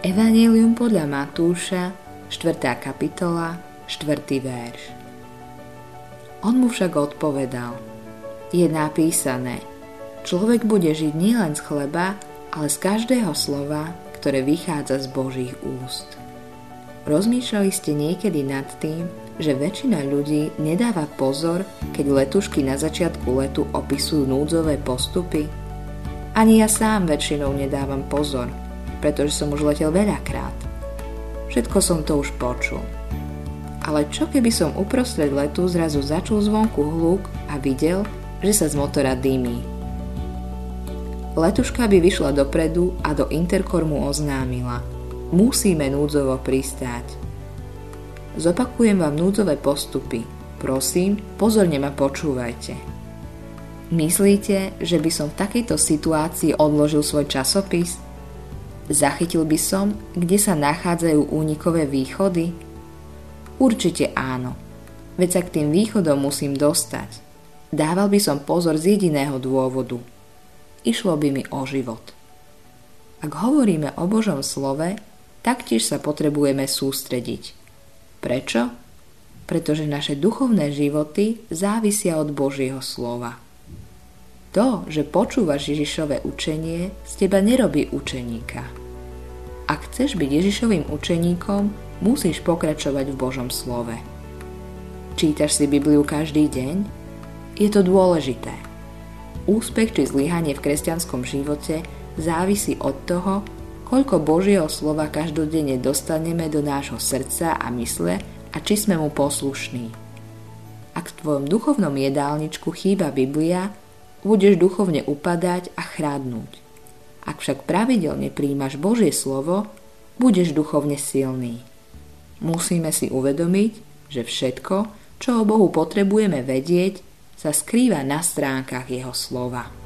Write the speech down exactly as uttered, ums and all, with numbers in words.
Evanjelium podľa Matúša, štvrtá kapitola, štvrtý verš. On mu však odpovedal: Je napísané, človek bude žiť nielen z chleba, ale z každého slova, ktoré vychádza z Božích úst. Rozmýšľali ste niekedy nad tým, že väčšina ľudí nedáva pozor, keď letušky na začiatku letu opisujú núdzové postupy? Ani ja sám väčšinou nedávam pozor, pretože som už letel veľakrát. Všetko som to už počul. Ale čo keby som uprostred letu zrazu začul zvonku hluk a videl, že sa z motora dymí? Letuška by vyšla dopredu a do interkomu oznámila: musíme núdzovo pristáť. Zopakujem vám núdzové postupy. Prosím, pozorne ma počúvajte. Myslíte, že by som v takejto situácii odložil svoj časopis? Zachytil by som, kde sa nachádzajú únikové východy? Určite áno, veď sa k tým východom musím dostať. Dával by som pozor z jediného dôvodu. Išlo by mi o život. Ak hovoríme o Božom slove, taktiež sa potrebujeme sústrediť. Prečo? Pretože naše duchovné životy závisia od Božieho slova. To, že počúvaš Ježišové učenie, z teba nerobí učeníka. Ak chceš byť Ježišovým učeníkom, musíš pokračovať v Božom slove. Čítaš si Bibliu každý deň? Je to dôležité. Úspech či zlyhanie v kresťanskom živote závisí od toho, koľko Božieho slova každodenne dostaneme do nášho srdca a mysle a či sme mu poslušní. Ak v tvojom duchovnom jedálničku chýba Biblia, budeš duchovne upadať a chradnúť. Ak však pravidelne prijímaš Božie slovo, budeš duchovne silný. Musíme si uvedomiť, že všetko, čo o Bohu potrebujeme vedieť, sa skrýva na stránkach jeho slova.